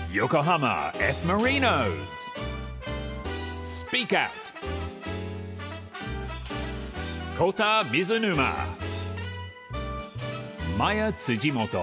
Yokohama F. Marinos. Speak Out. Kota Mizunuma. Maya Tsujimoto。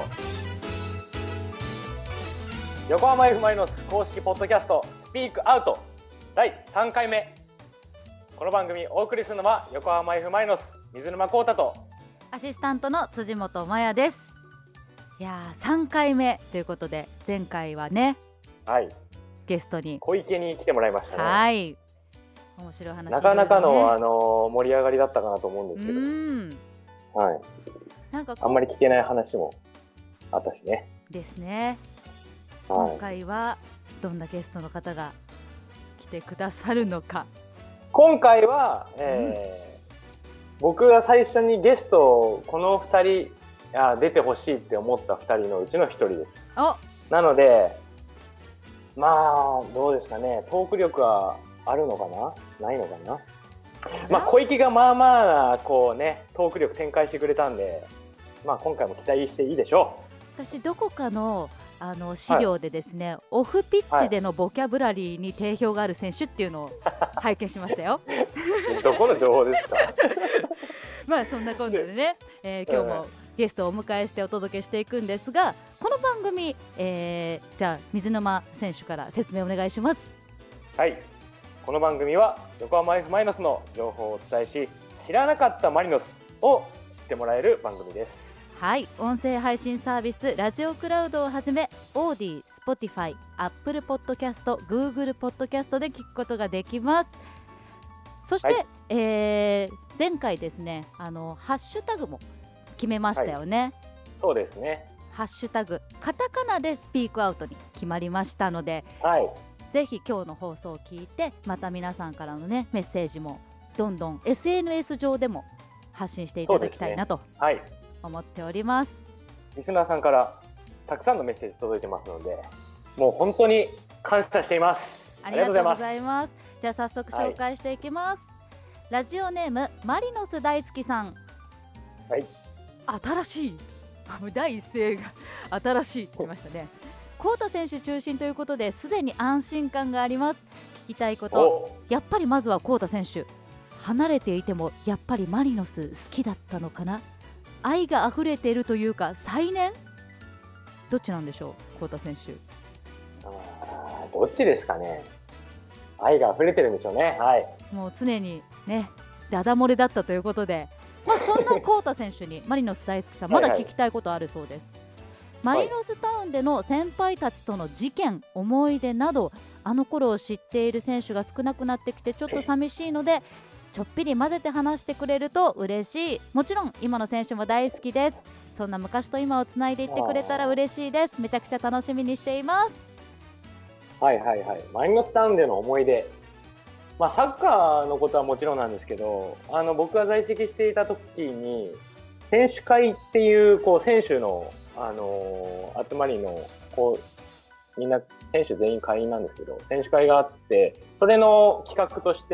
横浜 F マリノス公式ポッドキャストスピークアウト第3回目。この番組をお送りするのは横浜 F マリノス水沼宏太とアシスタントの辻本麻也です。いやー3回目ということで、前回はね、 はい、 ゲストに小池に来てもらいましたね。 はい、面白い話、 なかなかの、 ね、 盛り上がりだったかなと思うんですけど、はい、なんかあんまり聞けない話もあったしね。 ですね。 はい、 今回はどんなゲストの方が来てくださるのか。 今回は、僕が最初にゲストをこの2人出てほしいって思った2人のうちの1人です。なのでまあどうですかね、トーク力はあるのかな、ないのかな。まあ小池がまあまあこうねトーク力展開してくれたんで、まあ今回も期待していいでしょう。私どこかの資料でですね、はい、オフピッチでのボキャブラリーに定評がある選手っていうのを拝見しましたよ。 どこの情報ですか。 まあそんなことでね、今日もゲストをお迎えしてお届けしていくんですが、この番組、じゃあ水沼選手から説明お願いします。 はい、この番組は横浜 F マリノスの情報をお伝えし、知らなかったマリノスを知ってもらえる番組です。 はい、音声配信サービスラジオクラウドをはじめオーディ、スポティファイ、アップルポッドキャスト、グーグルポッドキャストで聞くことができます。そして、はい、前回ですね、ハッシュタグも決めましたよね。 はい、そうですね。 ハッシュタグカタカナでスピークアウトに決まりましたので、 はい、 ぜひ今日の放送を聞いて、また皆さんからのねメッセージもどんどん SNS 上でも発信していただきたいなと思っております。 リスナーさんからたくさんのメッセージ届いてますので、もう本当に感謝しています。 ありがとうございます。じゃあ早速紹介していきます。ラジオネームマリノス大好きさん。 はい、 新しい第一声が新しいって言いましたね。宏太選手中心ということで、すでに安心感があります。聞きたいこと、やっぱりまずは宏太選手、離れていてもやっぱりマリノス好きだったのかな、愛が溢れているというか再燃、どっちなんでしょう宏太選手。 どっちですかね。愛が溢れてるんでしょうね。はい、 もう常にねダダ漏れだったということで、まあ、そんな宏太選手にマリノス大好きさんまだ聞きたいことあるそうです。マリノスタウンでの先輩たちとの事件、思い出など、あの頃を知っている選手が少なくなってきてちょっと寂しいので、ちょっぴり混ぜて話してくれると嬉しい。もちろん今の選手も大好きです。そんな昔と今をつないでいってくれたら嬉しいです。めちゃくちゃ楽しみにしています。 はいはいはい。マリノスタウンでの思い出、まあ、サッカーのことはもちろんなんですけど、僕が在籍していた時に選手会っていう、選手の、集まりのみんな選手全員会員なんですけど、選手会があって、それの企画として、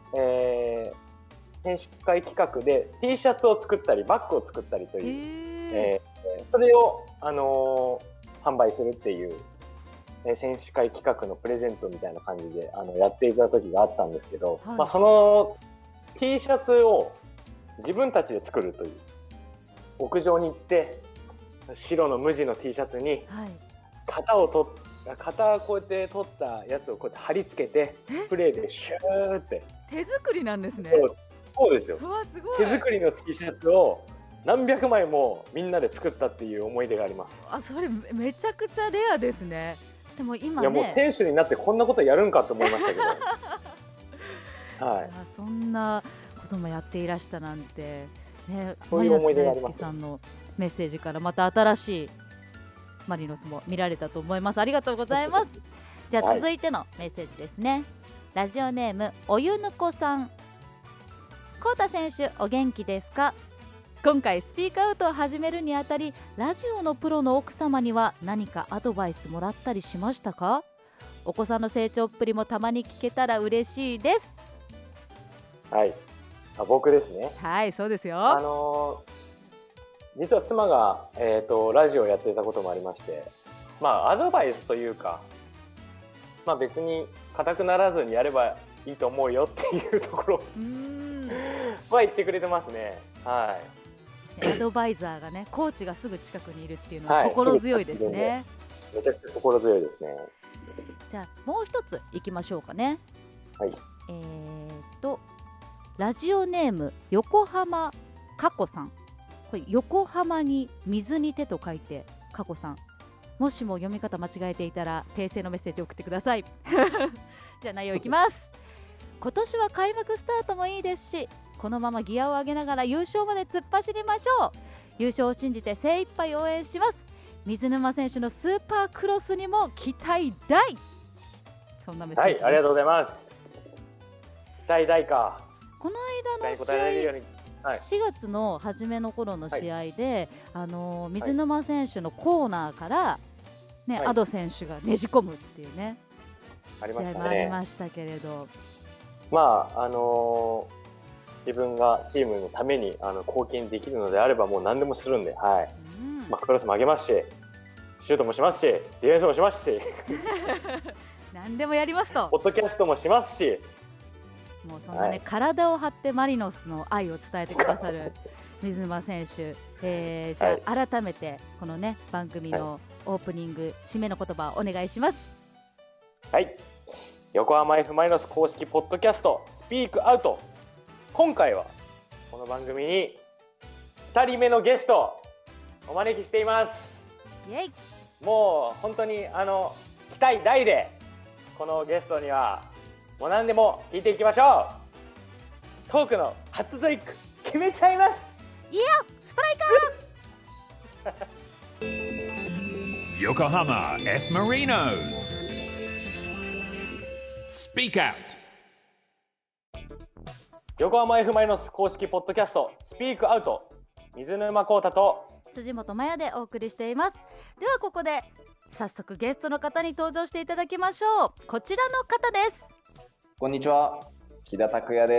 選手会企画で T シャツを作ったりバッグを作ったりという、それを、販売するっていう選手会企画のプレゼントみたいな感じでやっていた時があったんですけど、はい、まあ、その T シャツを自分たちで作るという、屋上に行って白の無地の T シャツに型をこうやって取ったやつをこうやって貼り付けてスプレーでシューって。 手作りなんですね。 そうですよ。 すごい。 手作りの T シャツを何百枚もみんなで作ったっていう思い出があります。 それめちゃくちゃレアですね。でも今ね、 いやもう選手になってこんなことやるんかと思いましたけど、はい、 そんなこともやっていらしたなんて、ね、 そういう思い出があります。 マリノス大好きさんのメッセージからまた新しいマリノスも見られたと思います。ありがとうございますじゃあ続いてのメッセージですね、はい、ラジオネームおゆぬこさん。宏太選手お元気ですか。今回スピークアウトを始めるにあたり、ラジオのプロの奥様には何かアドバイスもらったりしましたか。お子さんの成長っぷりもたまに聞けたら嬉しいです。 はい、僕ですね。 はい、そうですよ。 実は妻が、ラジオをやっていたこともありまして、 まあアドバイスというか、まあ別に硬くならずにやればいいと思うよっていうところは言ってくれてますね。はい。 アドバイザーがね、コーチがすぐ近くにいるっていうのは心強いですね。 めちゃくちゃ心強いですね。 じゃあもう一ついきましょうかね。 はい。 ラジオネーム横浜かこさん。これ横浜に水に手と書いてかこさん。もしも読み方間違えていたら訂正のメッセージを送ってください。じゃあ内容いきます。今年は開幕スタートもいいですし、このままギアを上げながら優勝まで突っ走りましょう。優勝を信じて精一杯応援します。水沼選手のスーパークロスにも期待大。そんなメッセージです。 はい、ありがとうございます。期待大か。 この間の試合、4月の初めの頃の試合で、水沼選手のコーナーから、ね、アド選手がねじ込むっていうね、試合もありましたけれど、 まあ自分がチームのために貢献できるのであればもう何でもするんで、はい。まあ、クロスも上げますし、シュートもしますし、ディフェンスもしますし何でもやりますと。 ポッドキャストもしますし、 もうそんなね、はい、体を張ってマリノスの愛を伝えてくださる水沼選手、じゃあ改めてこのね番組のオープニング、締めの言葉お願いします。 はい、横浜 F マリノス公式ポッドキャストスピークアウト。今回はこの番組に2人目のゲストお招きしています。 イエイ。 もう本当に期待大で、このゲストにはもう何でも聞いていきましょう。トークのハットトリック決めちゃいます。 いや、ストライカー横浜 F Marinos Speak Out。 横浜 F マリノス公式ポッドキャストスピークアウト、水沼宏太と辻本麻也でお送りしています。ではここで早速ゲストの方に登場していただきましょう。こちらの方です。 こんにちは、木田拓也です。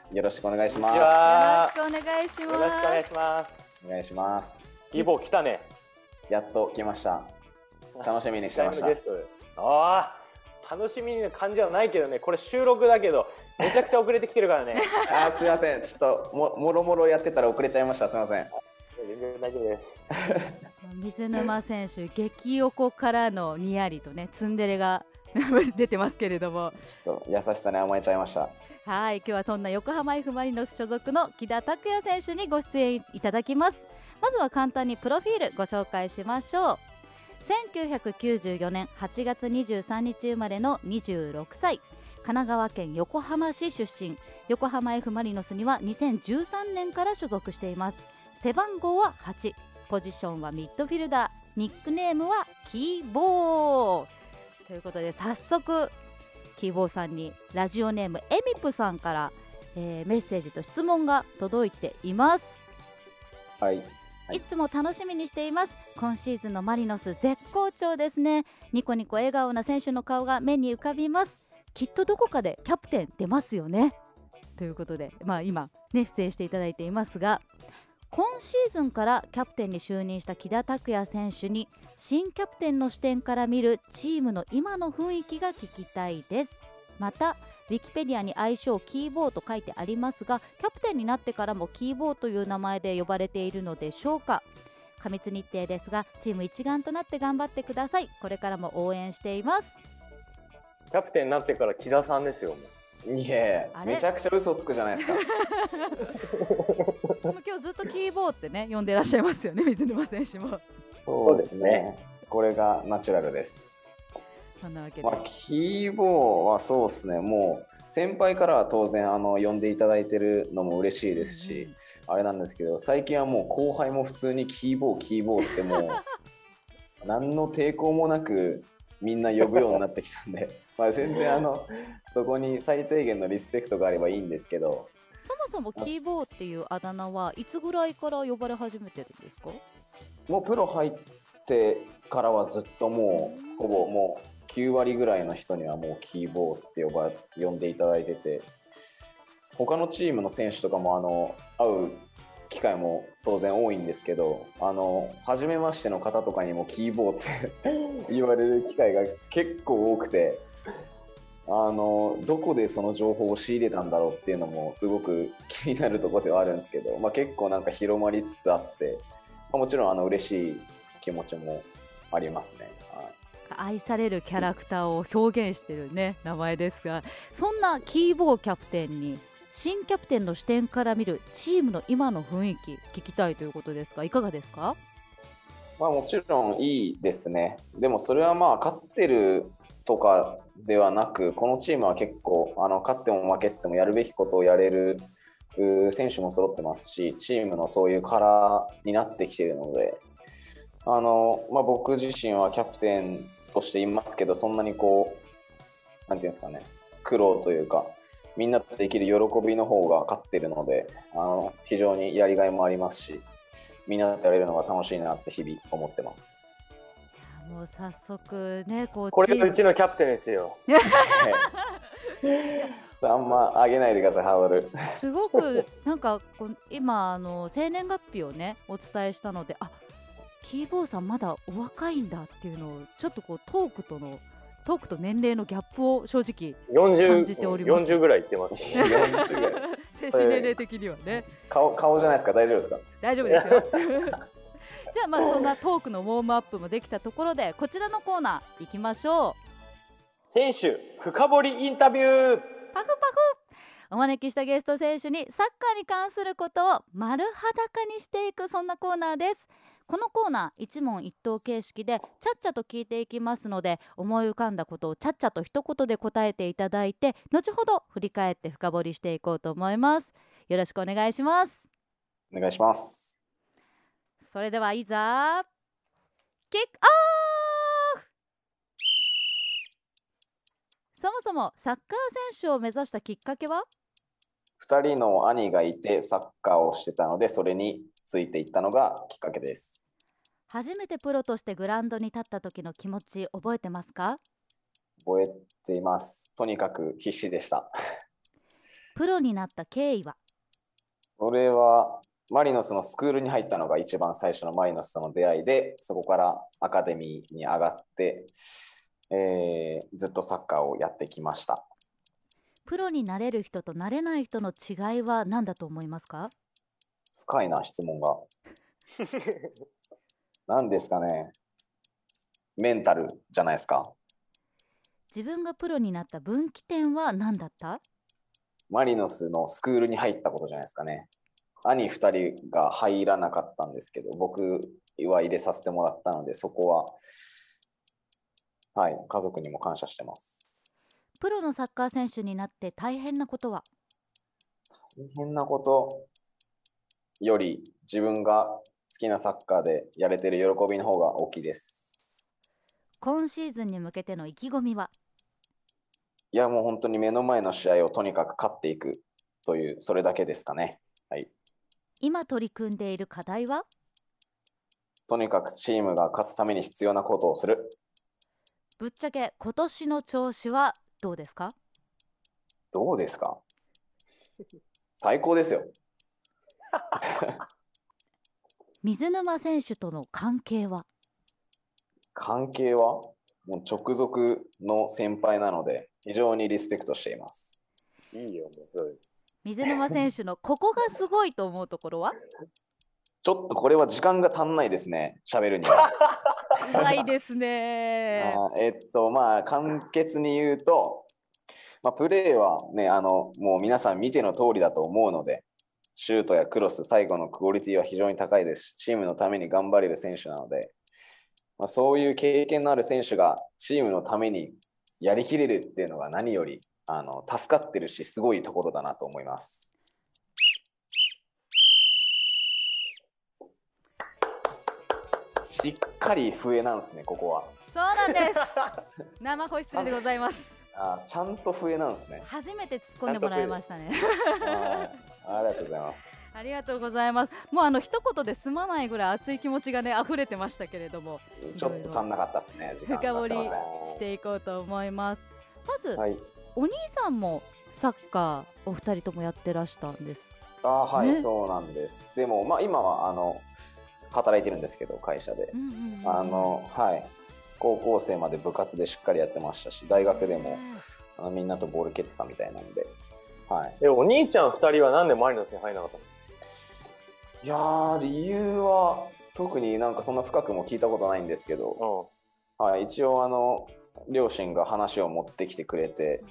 よろしくお願いします。 よろしくお願いします。 よろしくお願いします。 お願いします。 キーボー来たね。 やっと来ました。楽しみにしてました。 ああ、楽しみな感じはないけどね、これ収録だけどめちゃくちゃ遅れてきてるからね。 すいません、ちょっともろもろやってたら遅れちゃいました。すいません。 全然大丈夫です。 水沼選手、激横からのにやりとね、ツンデレが出てますけれども、 ちょっと優しさに甘えちゃいました。 はい、今日はそんな横浜 F マリノス所属の木田拓也選手にご出演いただきます。まずは簡単にプロフィールご紹介しましょう。1994年8月23日生まれの26歳、神奈川県横浜市出身。横浜 F マリノスには2013年から所属しています。背番号は8、ポジションはミッドフィルダー、ニックネームはキーボーということで、早速キーボーさんにラジオネームエミプさんから、メッセージと質問が届いています。 はい、 いつも楽しみにしています。今シーズンのマリノス絶好調ですね。ニコニコ笑顔な選手の顔が目に浮かびます。きっとどこかでキャプテン出ますよねということで、今ね出演していただいていますが、今シーズンからキャプテンに就任した木田拓也選手に新キャプテンの視点から見るチームの今の雰囲気が聞きたいです。またウィキペディアに愛称キーボーと書いてありますが、キャプテンになってからもキーボーという名前で呼ばれているのでしょうか。過密日程ですがチーム一丸となって頑張ってください。これからも応援しています。 キャプテンになってから木田さんですよ。 いえ、めちゃくちゃ嘘つくじゃないですか。 今日ずっとキーボーってね呼んでらっしゃいますよね、水沼選手も。 そうですね、これがナチュラルです。 そんなわけで、 キーボーはそうですね、もう先輩からは当然呼んでいただいてるのも嬉しいですし、あれなんですけど、最近はもう後輩も普通にキーボーってもう何の抵抗もなくみんな呼ぶようになってきたんで全然そこに最低限のリスペクトがあればいいんですけど。 そもそもキーボーっていうあだ名はいつぐらいから呼ばれ始めてるんですか？ もうプロ入ってからはずっともうほぼもう9割ぐらいの人にはもうキーボーって呼んでいただいてて、他のチームの選手とかも会う機会も当然多いんですけど、初めましての方とかにもキーボーって言われる機会が結構多くて、どこでその情報を仕入れたんだろうっていうのもすごく気になるところではあるんですけど、結構なんか広まりつつあって、もちろん嬉しい気持ちもありますね。 愛されるキャラクターを表現しているね名前ですが、そんなキーボーキャプテンに新キャプテンの視点から見るチームの今の雰囲気聞きたいということですが、いかがですか？ もちろんいいですね。でもそれは勝ってるとかではなく、このチームは結構勝っても負けててもやるべきことをやれる選手も揃ってますし、チームのそういうカラーになってきているので、僕自身はキャプテンとしていますけど、そんなになんていうんですかね、苦労というかみんなとできる喜びの方が勝っているので、非常にやりがいもありますし、みんなとやれるのが楽しいなって日々思ってます。 もう早速ね、 これがうちのキャプテンですよ。 あんま上げないでください、ハードル。 すごくなんか今生年月日をねお伝えしたので、キーボーさんまだお若いんだっていうのをちょっとトークと年齢のギャップを正直感じております。 40ぐらいいってます。 40ぐらい精神年齢的にはね。 顔じゃないですか？大丈夫ですか？ 大丈夫ですよ。じゃあそんなトークのウォームアップもできたところで、こちらのコーナー行きましょう。 選手深掘りインタビュー。 パフパフ。お招きしたゲスト選手にサッカーに関することを丸裸にしていく、そんなコーナーです。このコーナー一問一答形式でちゃっちゃと聞いていきますので、思い浮かんだことをちゃっちゃと一言で答えていただいて、後ほど振り返って深掘りしていこうと思います。よろしくお願いします。 お願いします。 それではいざキックオフ。そもそもサッカー選手を目指したきっかけは ？2人の兄がいてサッカーをしてたので、それについていったのがきっかけです。 初めてプロとしてグラウンドに立った時の気持ち覚えてますか？ 覚えています。とにかく必死でした。 プロになった経緯は？ それはマリノスのスクールに入ったのが一番最初のマリノスとの出会いで、そこからアカデミーに上がって、ずっとサッカーをやってきました。 プロになれる人となれない人の違いは何だと思いますか？ 深いな、質問が。何ですかね。メンタルじゃないですか。 自分がプロになった分岐点は何だった？ マリノスのスクールに入ったことじゃないですかね。兄2人が入らなかったんですけど、僕は入れさせてもらったので、そこは、家族にも感謝してます。 プロのサッカー選手になって大変なことは？ 大変なことより自分が好きなサッカーでやれてる喜びの方が大きいです。 今シーズンに向けての意気込みは？ いや、もう本当に目の前の試合をとにかく勝っていくという、それだけですかね。 今取り組んでいる課題は？ とにかくチームが勝つために必要なことをする。 ぶっちゃけ今年の調子はどうですか？ どうですか？最高ですよ。 水沼選手との関係は？ 関係はもう直属の先輩なので非常にリスペクトしています。 いいよ、もうそうです。 水沼選手のここがすごいと思うところは？ ちょっとこれは時間が足んないですね、喋るには。 ないですね。 簡潔に言うと、プレーはね、もう皆さん見ての通りだと思うので、シュートやクロス、最後のクオリティは非常に高いですし、チームのために頑張れる選手なので、そういう経験のある選手がチームのためにやりきれるっていうのが何より助かってるし、すごいところだなと思います。しっかり笛なんですね、ここは。 そうなんです。生ホイッスルでございます。 ちゃんと笛なんですね。 初めて突っ込んでもらいましたね。 ありがとうございます。 ありがとうございます。もう一言で済まないぐらい熱い気持ちがね溢れてましたけれども、 ちょっと足んなかったですね。 深掘りしていこうと思います。まず、 はい、 お兄さんもサッカーお二人ともやってらしたんですはい、 ねそうなんです。でも、今は働いてるんですけど、会社で。はい、高校生まで部活でしっかりやってましたし、大学でもみんなとボール蹴ってたみたいなんで、はい。 お兄ちゃん2人はなんでマリノスに入らなかったの？ いやー、理由は特になんかそんな深くも聞いたことないんですけど、はい、一応両親が話を持ってきてくれて、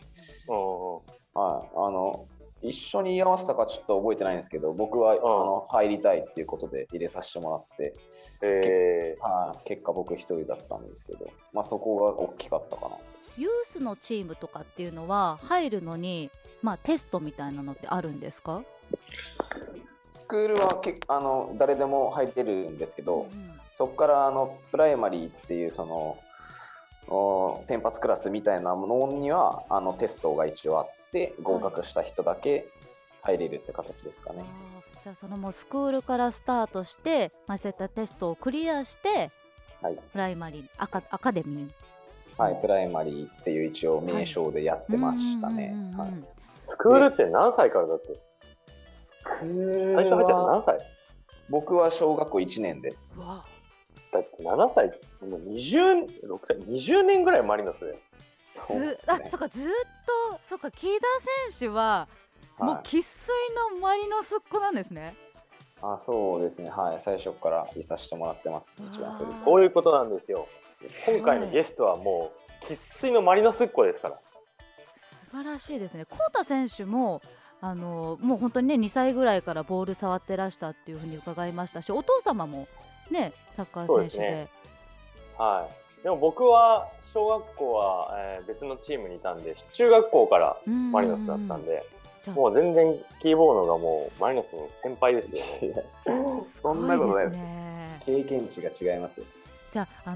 はい、一緒に居合わせたかちょっと覚えてないんですけど、僕は入りたいっていうことで入れさせてもらって、結果僕一人だったんですけど、そこが大きかったかな。 ユースのチームとかっていうのは入るのに、テストみたいなのってあるんですか？ スクールは誰でも入ってるんですけど、そこからプライマリーっていうその先発クラスみたいなものにはテストが一応あって合格した人だけ入れるって形ですかね。 じゃあそのもうスクールからスタートして、そういったテストをクリアして、 はい、 プライマリーアカデミー、 はい、プライマリーっていう一応名称でやってましたね。 スクールって何歳からだっけ？ スクール最初入ったの何歳？ 僕は小学校1年です。 だって7歳、もう26歳、20年ぐらいマリノスで。 そうですね。 そうか、ずっと、そうか、木田選手はもう生粋のマリノスっ子なんですね。 そうですね、はい、最初からいさせてもらってます、一番古い。 こういうことなんですよ。今回のゲストはもう生粋のマリノスっ子ですから。 素晴らしいですね。コウタ選手ももう本当にね2歳ぐらいからボール触ってらしたっていうふうに伺いましたし、お父様もねサッカー選手で。 はい。でも僕は小学校は、別のチームにいたんで、中学校からマリノスだったんで、もう全然キーボードがもうマリノスの先輩ですよね。 そんなことないです。経験値が違いますよ。 じゃあ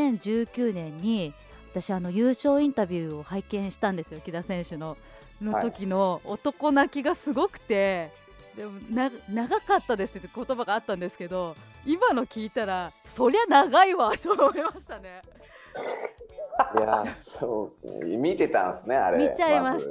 2019年に私優勝インタビューを拝見したんですよ、木田選手の時の男泣きがすごくて、でも長かったですって言葉があったんですけど、今の聞いたらそりゃ長いわと思いましたね。 いや、そうですね。見てたんですね、あれ。 見ちゃいました。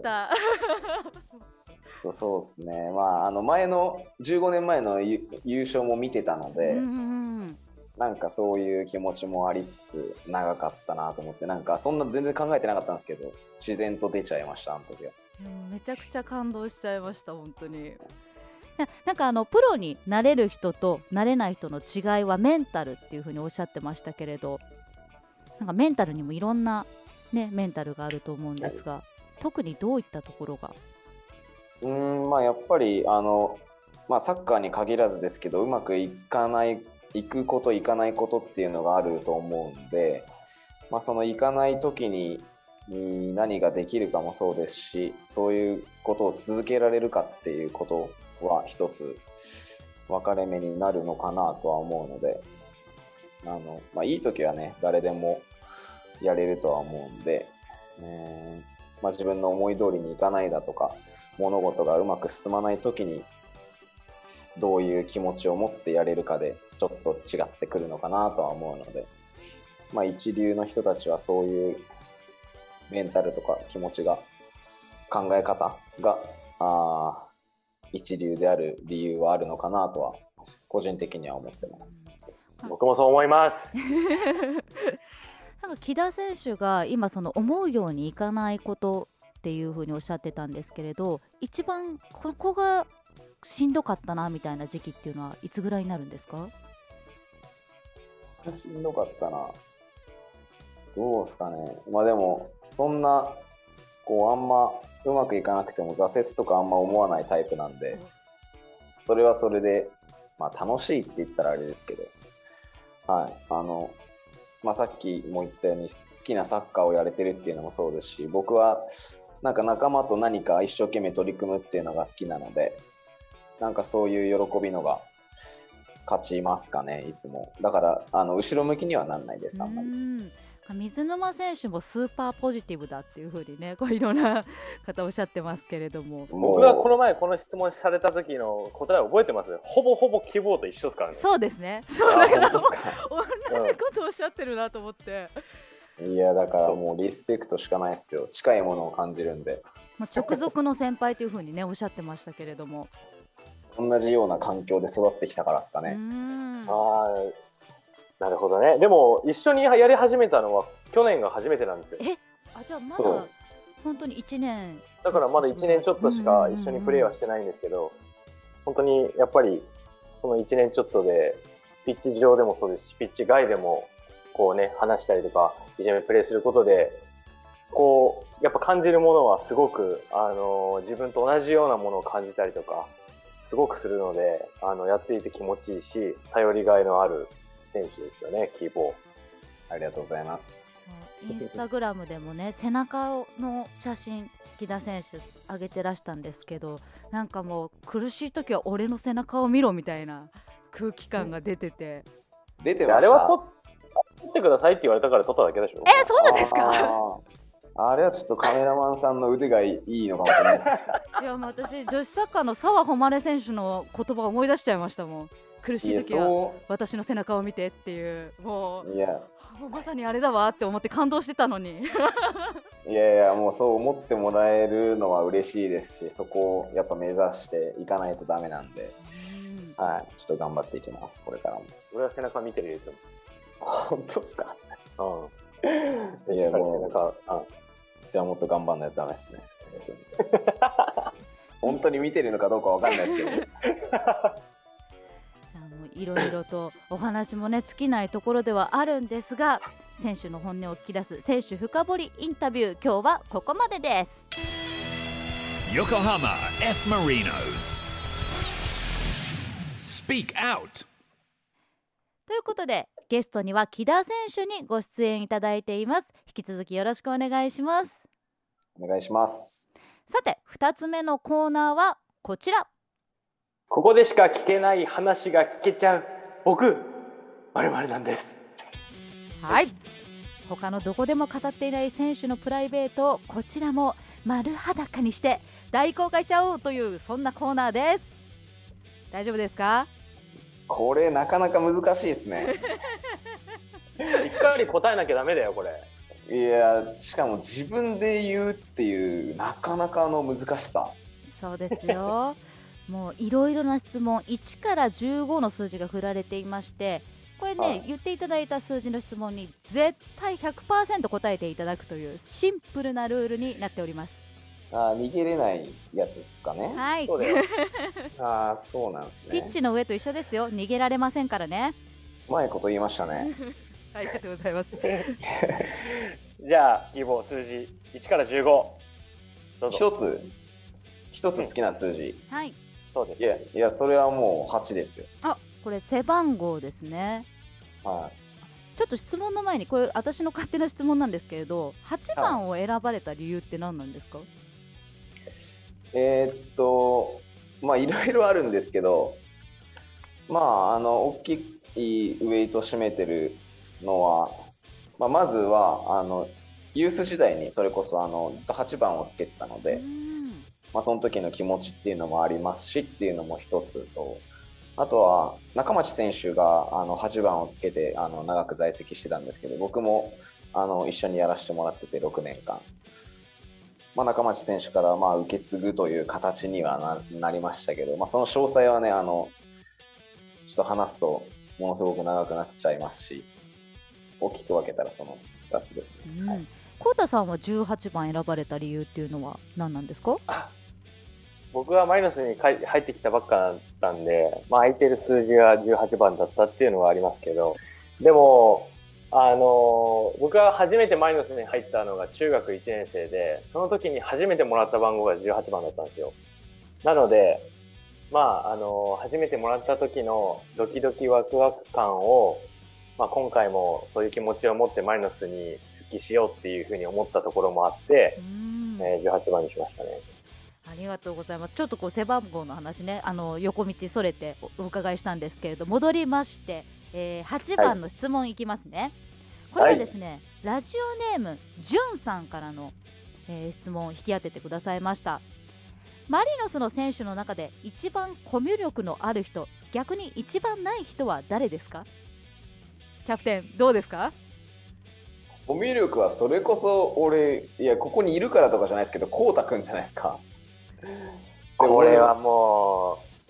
そうですね。前の15年前の優勝も見てたので、なんかそういう気持ちもありつつ長かったなと思って、なんかそんな全然考えてなかったんですけど、自然と出ちゃいました、あの時は。 めちゃくちゃ感動しちゃいました、本当に。なんかプロになれる人となれない人の違いはメンタルっていうふうにおっしゃってましたけれど、なんかメンタルにもいろんな、メンタルがあると思うんですが、特にどういったところが？ やっぱりサッカーに限らずですけど、うまくいくこといかないことっていうのがあると思うんで、そのいかない時に何ができるかもそうですし、そういうことを続けられるかっていうことは一つ分かれ目になるのかなとは思うので、いい時はね誰でもやれるとは思うんで、自分の思い通りにいかないだとか、物事がうまく進まない時にどういう気持ちを持ってやれるかでちょっと違ってくるのかなとは思うので、一流の人たちはそういうメンタルとか気持ちが、考え方が一流である理由はあるのかなとは個人的には思ってます。 僕もそう思います。 なんか木田選手が今その思うようにいかないことっていうふうにおっしゃってたんですけれど、一番ここがしんどかったなみたいな時期っていうのはいつぐらいになるんですか？ しんどかったな、どうですかね。でもそんなあんまうまくいかなくても挫折とかあんま思わないタイプなんで、それはそれで楽しいって言ったらあれですけど、はい、さっきも言ったように好きなサッカーをやれてるっていうのもそうですし、僕はなんか仲間と何か一生懸命取り組むっていうのが好きなので、なんかそういう喜びのが勝ちますかね、いつも。だから後ろ向きにはなんないです、あんまり。 水沼選手もスーパーポジティブだっていう風にね、いろんな方おっしゃってますけれども、 僕がこの前この質問された時の答え覚えてます？ほぼほぼ希望と一緒ですからね。 そうですね。そうだから同じうんことをおっしゃってるなと思って。 いやだからもうリスペクトしかないですよ。近いものを感じるんで。 直属の先輩という風にねおっしゃってましたけれども。 同じような環境で育ってきたからですかね。 ああ、なるほどね。でも一緒にやり始めたのは去年が初めてなんですよ。 じゃあまだ本当に1年だからまだ1年ちょっとしか一緒にプレーはしてないんですけど、本当にやっぱりその1年ちょっとでピッチ上でもそうですし、ピッチ外でもこうね話したりとか一緒にプレーすることでこうやっぱ感じるものはすごく自分と同じようなものを感じたりとかすごくするので、やっていて気持ちいいし頼りがいのある選手ですよね、キーボー。 ありがとうございます。 インスタグラムでもね背中の写真木田選手上げてらしたんですけど、なんかもう苦しい時は俺の背中を見ろみたいな空気感が出てて、 出てました。 あれは撮ってくださいって言われたから撮っただけでしょ。 そうなんですか？ あれはちょっとカメラマンさんの腕がいいのかもしれないです。 いやもう私女子サッカーの澤穂希選手の言葉を思い出しちゃいましたもん。苦しい時は私の背中を見てっていう、もうまさにあれだわって思って感動してたのにいやいや、もうそう思ってもらえるのは嬉しいですし、そこをやっぱ目指していかないとダメなんで、はい、ちょっと頑張っていきます、これからも。 俺は背中見てるよ、いつも。 本当ですか？ うん。 いやもう、じゃあもっと頑張んないとダメですね。本当に見てるのかどうかわかんないですけど。 いろいろとお話もね尽きないところではあるんですが、選手の本音を聞き出す選手深掘りインタビュー、今日はここまでです。 横浜 F Marinos Speak Out ということでゲストには木田選手にご出演いただいています。引き続きよろしくお願いします。 お願いします。 さて2つ目のコーナーはこちら。 ここでしか聞けない話が聞けちゃう僕〇〇なんです。 はい、他のどこでも語っていない選手のプライベートをこちらも丸裸にして大公開しちゃおうという、そんなコーナーです。大丈夫ですか？ これなかなか難しいですね。 一回に答えなきゃダメだよこれ。 いや、しかも自分で言うっていうなかなかの難しさ。 そうですよ。もういろいろな質問1から15の数字が振られていまして、これね、言っていただいた数字の質問に絶対 100% 答えていただくというシンプルなルールになっております。 逃げれないやつですかね。 はい。 そうだよ。 そうなんですね。 ピッチの上と一緒ですよ。逃げられませんからね。 うまいこと言いましたね。 ありがとうございます。 じゃあ希望数字1から15どうぞ。 一つ好きな数字。 はい。 そうです。 いやそれはもう8ですよ。 これ背番号ですね。 はい。 ちょっと質問の前に、これ私の勝手な質問なんですけれど、8番を選ばれた理由って何なんですか？ まあいろいろあるんですけど、大きいウェイトを占めてるのは、まずはユース時代にそれこそずっと8番をつけてたので、その時の気持ちっていうのもありますしっていうのも一つと、あとは中町選手が8番をつけて長く在籍してたんですけど、僕も一緒にやらせてもらってて6年間、中町選手から受け継ぐという形には なりましたけど、その詳細はねちょっと話すとものすごく長くなっちゃいますし、大きく分けたらその2つですね。 コウタさんは18番選ばれた理由っていうのは何なんですか？ 僕はマリノスに入ってきたばっかだったんで、空いてる数字が18番だったっていうのはありますけど、でも僕が初めてマリノスに入ったのが中学1年生で、その時に初めてもらった番号が18番だったんですよ。なので初めてもらった時のドキドキワクワク感を、今回もそういう気持ちを持ってマリノスに復帰しようっていうふうに思ったところもあって、18番にしましたね。 ありがとうございます。ちょっと背番号の話ね、横道それてお伺いしたんですけれど、戻りまして、8番の質問いきますね。これはですね、ラジオネームじゅんさんからの、質問を引き当ててくださいました。マリノスの選手の中で一番コミュ力のある人、逆に一番ない人は誰ですか？キャプテンどうですか？ コミュ力はそれこそここにいるからとかじゃないですけど、こうたくんじゃないですか。 これはも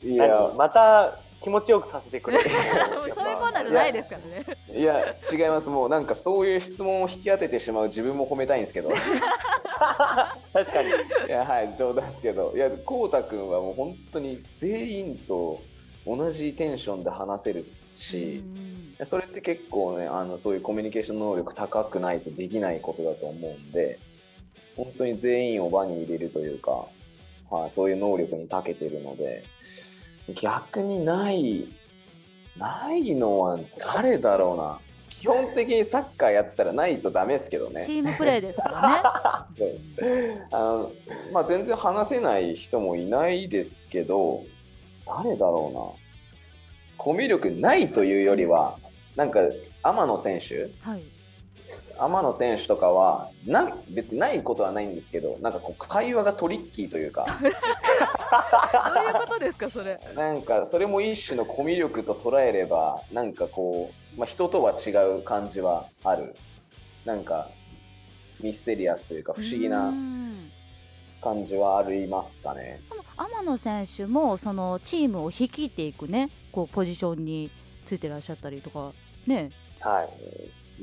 いやまた気持ちよくさせてくれるそういうコーナーじゃないですからね。 いや違います。もうなんかそういう質問を引き当ててしまう自分も褒めたいんですけど確かに。 いやはい冗談ですけど、いやこうたくんはもう本当に全員と同じテンションで話せるし、それって結構ねそういうコミュニケーション能力高くないとできないことだと思うんで、本当に全員を輪に入れるというか、はい、そういう能力に長けてるので、逆にないのは誰だろうな。基本的にサッカーやってたらないとダメですけどね。 チームプレーですからまあ全然話せない人もいないですけど、誰だろうな。コミュ力ないというよりは、なんか天野選手、 はい、 天野選手とかは別にないことはないんですけど、なんかこう会話がトリッキーというかどういうことですかそれ。 なんかそれも一種のコミュ力と捉えれば、なんかこう、まあ、人とは違う感じはある。なんかミステリアスというか不思議な感じはありますかね。 天野選手もそのチームを率いていくね、こうポジションについてらっしゃったりとかね。 はい、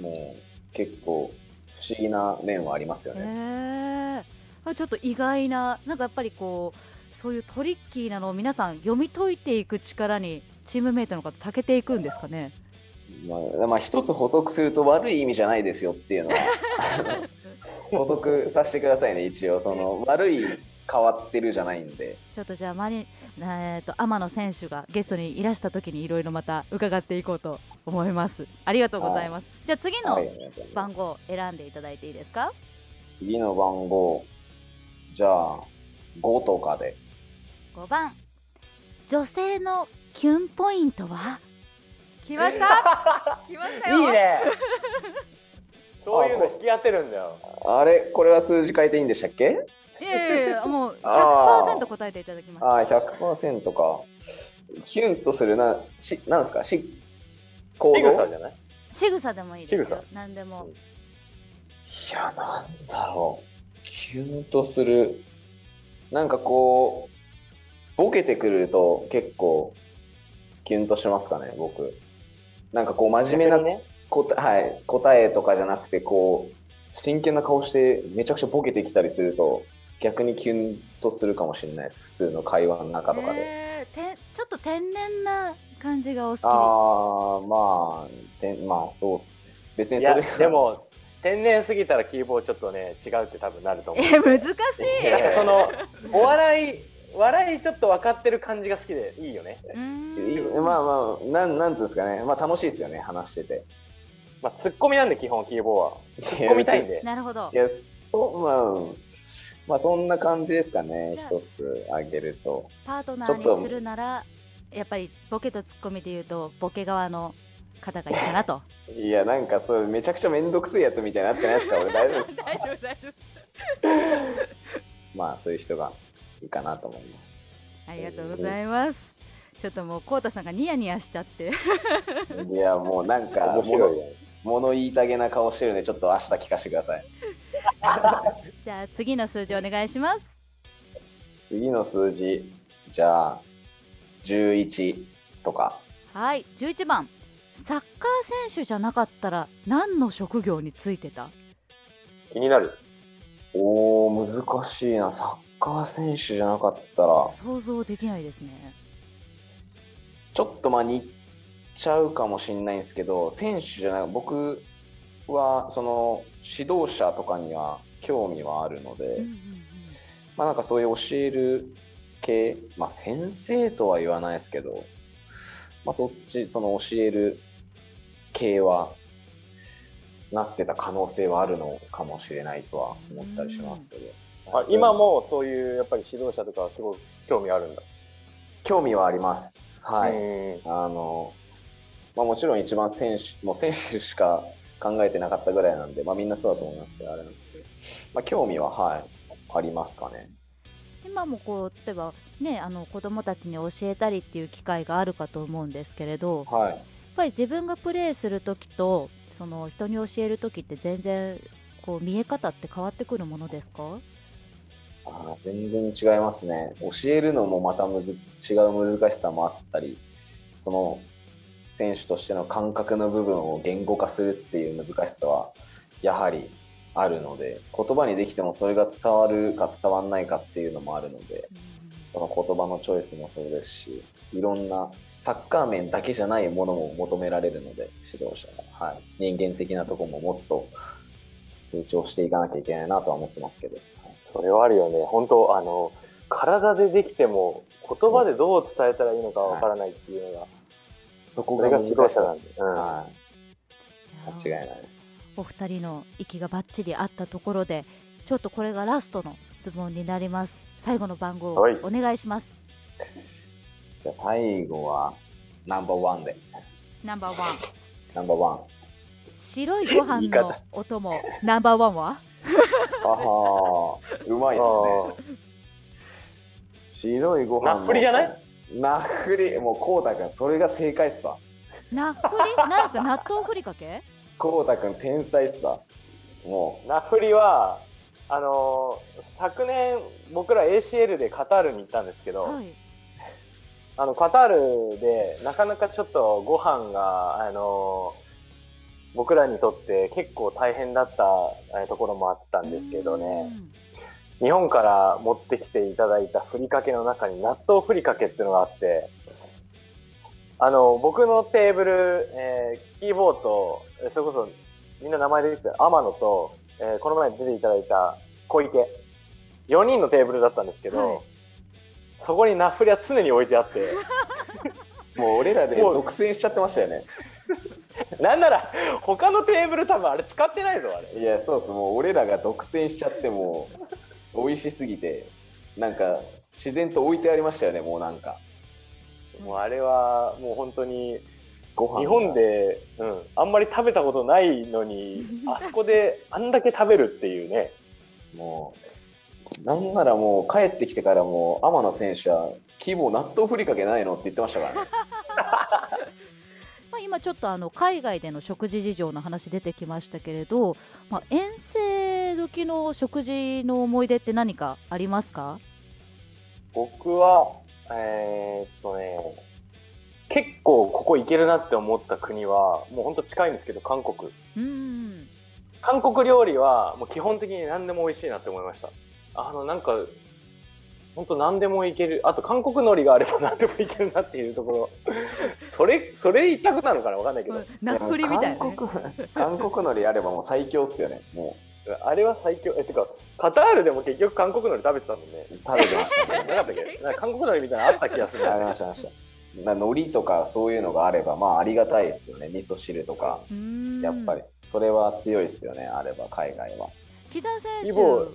もう結構不思議な面はありますよね。 ちょっと意外な、なんかやっぱりこうそういうトリッキーなのを皆さん読み解いていく力にチームメイトの方長けていくんですかね。 まあ一つ補足すると、悪い意味じゃないですよっていうのは補足させてくださいね。一応その悪い変わってるじゃないんで、 ちょっとじゃあ天野選手がゲストにいらした時にいろいろまた伺っていこうと思います。ありがとうございます。じゃあ次の番号を選んでいただいていいですか。 次の番号、じゃあ5とかで。 5番、女性のキュンポイントは。来ました来ましたよ。 いいねそういうの引き当てるんだよ。 あれ、これは数字変えていいんでしたっけ。 いやいやもう 100% 答えていただきました。 100% か。キュンとするなんですか。 仕草じゃない。 仕草でもいいですよ。 仕草何でも。 いや、なんだろう。キュンとする。なんかこうボケてくると結構キュンとしますかね、僕。なんかこう真面目な、 ね、 答えとかじゃなくて、こう真剣な顔してめちゃくちゃボケてきたりすると逆にキュンとするかもしれないです。普通の会話の中とかで。 ちょっと天然な感じがお好き。 まあそうっすね。別にそれでも天然すぎたらキーボーちょっとね違うって多分なると思う。 難しい。 その笑いちょっと分かってる感じが好きでいいよね。 なんつうんですかね。まあ楽しいですよね、話してて。 まあツッコミなんで基本キーボーはツッコみたいんで。 なるほど。 いやまあそんな感じですかね。一つあげると。 パートナーにするならやっぱりボケとツッコミで言うとボケ側の方がいいかなと。 いやなんかそうめちゃくちゃめんどくせえやつみたいになってないですか。俺大丈夫ですか。 大丈夫。 まあそういう人がいいかなと思います。 ありがとうございます。ちょっともうコウタさんがニヤニヤしちゃって。 いやもうなんか面白いね。 物言いたげな顔してるんで、ちょっと明日聞かせてください。 じゃあ次の数字お願いします。 次の数字、じゃあ11とか。 はい、11番。サッカー選手じゃなかったら何の職業についてた？ 気になる。 難しいな。サッカー選手じゃなかったら想像できないですね。 ちょっと似ちゃうかもしれないんですけど、選手じゃない、僕はその指導者とかには興味はあるので、まあなんかそういう教える系、まあ先生とは言わないですけど、まあその教える系はなってた可能性はあるのかもしれないとは思ったりしますけど。 今もそういうやっぱり指導者とかすごく興味あるんだ。 興味はあります。はい。まあ、もちろん一番選手しか考えてなかったぐらいなんで、まあみんなそうだと思いますけど、あれなんですけど、まあ興味はありますかね。 今もこう例えばね子供たちに教えたりっていう機会があるかと思うんですけれど、やっぱり自分がプレーする時とその人に教える時って全然こう見え方って変わってくるものですか？ 全然違いますね。教えるのもまた違う難しさもあったり、その選手としての感覚の部分を言語化するっていう難しさはやはりあるので、言葉にできてもそれが伝わるか伝わらないかっていうのもあるので、その言葉のチョイスもそうですし、いろんなサッカー面だけじゃないものも求められるので、指導者が、人間的なところももっと成長していかなきゃいけないなとは思ってますけど。 それはあるよね。本当体でできても言葉でどう伝えたらいいのかわからないっていうのが、 そこが難しさです。間違いないです。 お二人の息がバッチリ合ったところで、ちょっとこれがラストの質問になります。最後の番号をお願いします。 じゃあ最後はナンバーワンで。 ナンバーワン。 ナンバーワン。 白いご飯のお供ナンバーワンは？ うまいっすね。白いご飯の。 ナッフリじゃない？ ナッフリ、もうこうたくんそれが正解っすわ。 ナッフリなんですか？納豆ふりかけ？ こうたくん天才っすわ。もうナッフリは昨年僕ら ACL でカタールに行ったんですけど、はい、カタールでなかなかちょっとご飯が僕らにとって結構大変だったところもあったんですけどね、日本から持ってきていただいたふりかけの中に納豆ふりかけっていうのがあって、僕のテーブル、キーボード、それこそみんな名前で言ってた天野と、この前出ていただいた小池、4人のテーブルだったんですけど、はい、そこにナッフリは常に置いてあってもう俺らで独占しちゃってましたよね。 なんなら他のテーブル多分あれ使ってないぞあれ。 いやそうです、もう俺らが独占しちゃっても美味しすぎてなんか自然と置いてありましたよね。もうなんかもうあれはもう本当に日本で、あんまり食べたことないのにあそこであんだけ食べるっていうね。 もうなんならもう帰ってきてからも天野選手はキーボー納豆ふりかけないのって言ってましたからね。 今ちょっと海外での食事事情の話出てきましたけれど、遠征時の食事の思い出って何かありますか？ 僕は結構ここ行けるなって思った国はもうほんと近いんですけど、韓国。韓国料理はもう基本的に何でも美味しいなって思いました。なんか本当何でもいける。あと韓国海苔があれば何でもいけるなっていうところ。それ一択なのかな、わかんないけど。 ナッフリみたいな、ね。 韓国海苔あればもう最強っすよね。もうあれは最強。てかカタールでも結局韓国海苔食べてたもんね。 食べてましたね。 なかったっけ？韓国海苔みたいなのあった気がする。 ありました。海苔とかそういうのがあればありがたいですよね。味噌汁とかやっぱりそれは強いですよね。あれば海外は。 木田選手、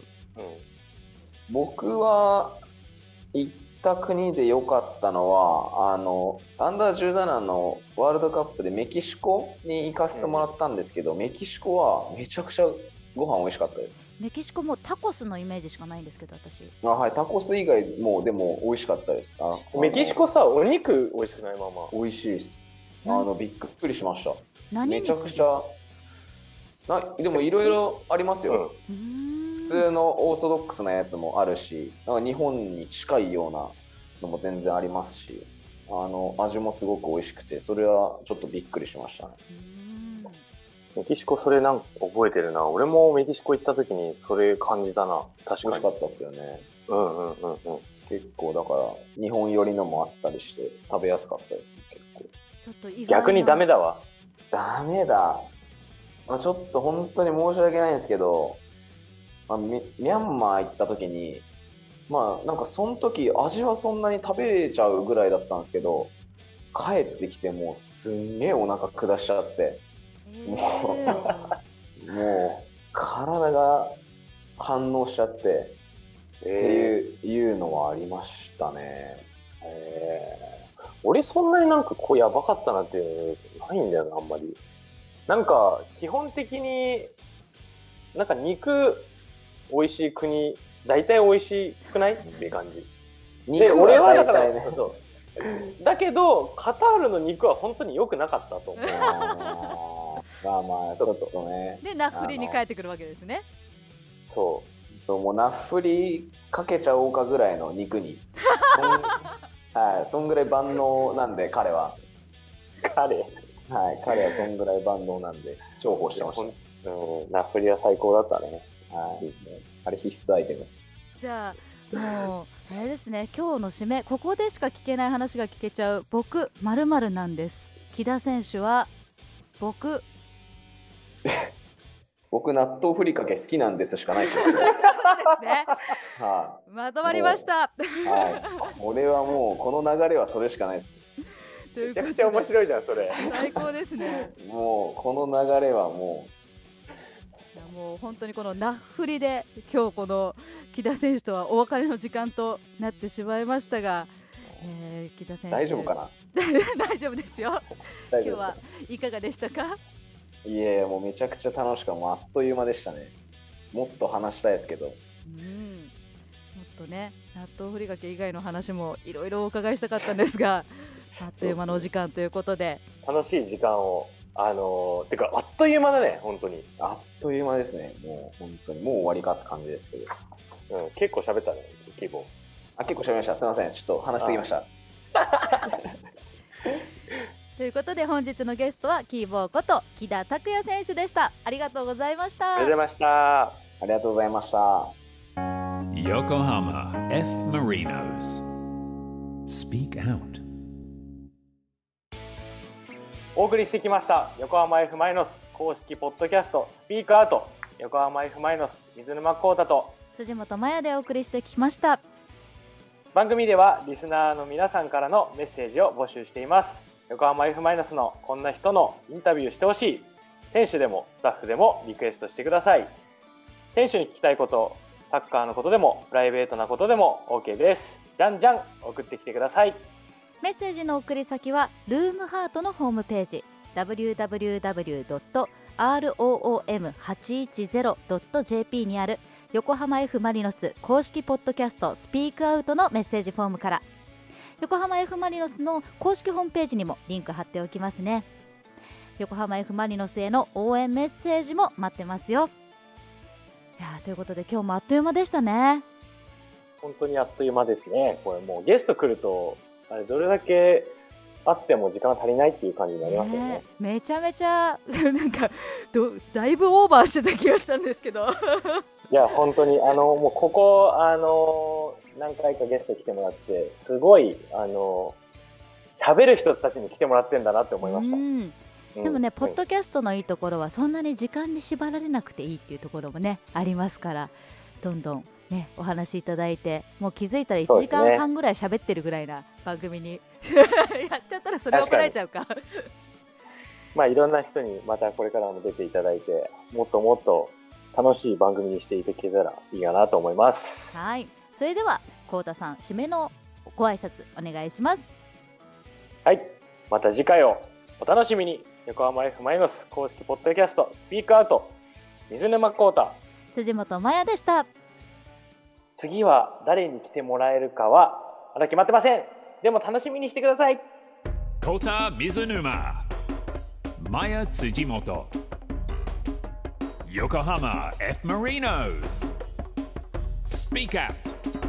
僕は行った国で良かったのはアンダー17のワールドカップでメキシコに行かせてもらったんですけど、メキシコはめちゃくちゃご飯美味しかったです。 メキシコもタコスのイメージしかないんですけど、私。 はい、タコス以外もでも美味しかったです。 メキシコさ、お肉美味しくない？ 美味しいです。びっくりしました。 めちゃくちゃでもいろいろありますよ。普通のオーソドックスなやつもあるし、日本に近いようなのも全然ありますし、味もすごく美味しくて、それはちょっとびっくりしましたね。 メキシコそれなんか覚えてるな。俺もメキシコ行った時にそれ感じたな。確かに美味しかったですよね。結構だから日本寄りのもあったりして食べやすかったですね。結構ちょっと意外な。 逆にダメだわ。 ダメだ。ちょっと本当に申し訳ないんですけど、ミャンマー行った時になんかその時味はそんなに食べちゃうぐらいだったんですけど、帰ってきてもうすんげえお腹下しちゃって、もう体が反応しちゃってっていうのはありましたね。 俺そんなになんかこうやばかったなっていうのないんだよな、あんまり。なんか基本的になんか肉美味しい国大体美味しくないっていう感じで、俺はだから、だけどカタールの肉は本当に良くなかったと思う。 ちょっとね。 でナッフリに帰ってくるわけですね。 そそうもうナッフリかけちゃおうかぐらいの肉にはい、そんぐらい万能なんで彼は彼はそんぐらい万能なんで重宝してました。 ナッフリは最高だったね。 はい、あれ必須アイテムです。 じゃあもうあれですね、今日の締め、ここでしか聞けない話が聞けちゃう僕〇〇なんです。木田選手は僕納豆ふりかけ好きなんですしかないですよね。 そうですね。 はい、 まとまりました。 はい、俺はもうこの流れはそれしかないです。 めちゃくちゃ面白いじゃんそれ。 最高ですね。 もうこの流れはもう本当にこのナッフリで今日この木田選手とはお別れの時間となってしまいましたが、木田選手大丈夫かな。 大丈夫ですよ。今日はいかがでしたか。 いえ、もうめちゃくちゃ楽しかった。もうあっという間でしたね。もっと話したいですけど、もっとね、納豆ふりかけ以外の話もいろいろお伺いしたかったんですがあっという間のお時間ということで、 楽しい時間をてかあっという間だね。本当にあっという間ですね。もう本当にもう終わりかって感じですけど、 結構喋ったね。希望結構喋りました。すみません、ちょっと話しすぎました。 ということで本日のゲストはキーボーこと木田拓也選手でした。ありがとうございました。 ありがとうございました。 ありがとうございました。 Yokohama F. Marinos Speak Out。 お送りしてきました横浜 F マリノス公式ポッドキャストスピークアウト、横浜 F マリノス水沼宏太と辻本麻也でお送りしてきました。 番組ではリスナーの皆さんからのメッセージを募集しています。横浜 F マリノスのこんな人のインタビューしてほしい、選手でもスタッフでもリクエストしてください。選手に聞きたいこと、サッカーのことでもプライベートなことでも OK です。じゃんじゃん送ってきてください。 メッセージの送り先はルームハートのホームページ www.room810.jp にある横浜 F マリノス公式ポッドキャストスピークアウトのメッセージフォームから、横浜 F マリノスの公式ホームページにもリンク貼っておきますね。横浜 F マリノスへの応援メッセージも待ってますよ。いやということで今日もあっという間でしたね。 本当にあっという間ですね。これもうゲスト来るとあれどれだけあっても時間足りないっていう感じになりますよね。 めちゃめちゃなんかだいぶオーバーしてた気がしたんですけどいや本当にもうここ何回かゲスト来てもらってすごい喋る人たちに来てもらってんだなって思いました。 でもね、ポッドキャストのいいところはそんなに時間に縛られなくていいっていうところもねありますから、どんどんねお話しいただいて、もう気づいたら1時間半ぐらい喋ってるぐらいな番組にやっちゃったらそれ怒られちゃうかまあいろんな人にまたこれからも出ていただいて、もっともっと楽しい番組にしていただけたらいいかなと思います。 はい、それでは浩太さん締めのご挨拶お願いします。 はい、また次回をお楽しみに。横浜 F マリノス公式ポッドキャストスピークアウト、水沼宏太、 辻本麻也でした。 次は誰に来てもらえるかはまだ決まってません。でも楽しみにしてください。 Kota Mizunuma Maya Tsujimoto Yokohama F Marinos Speak Out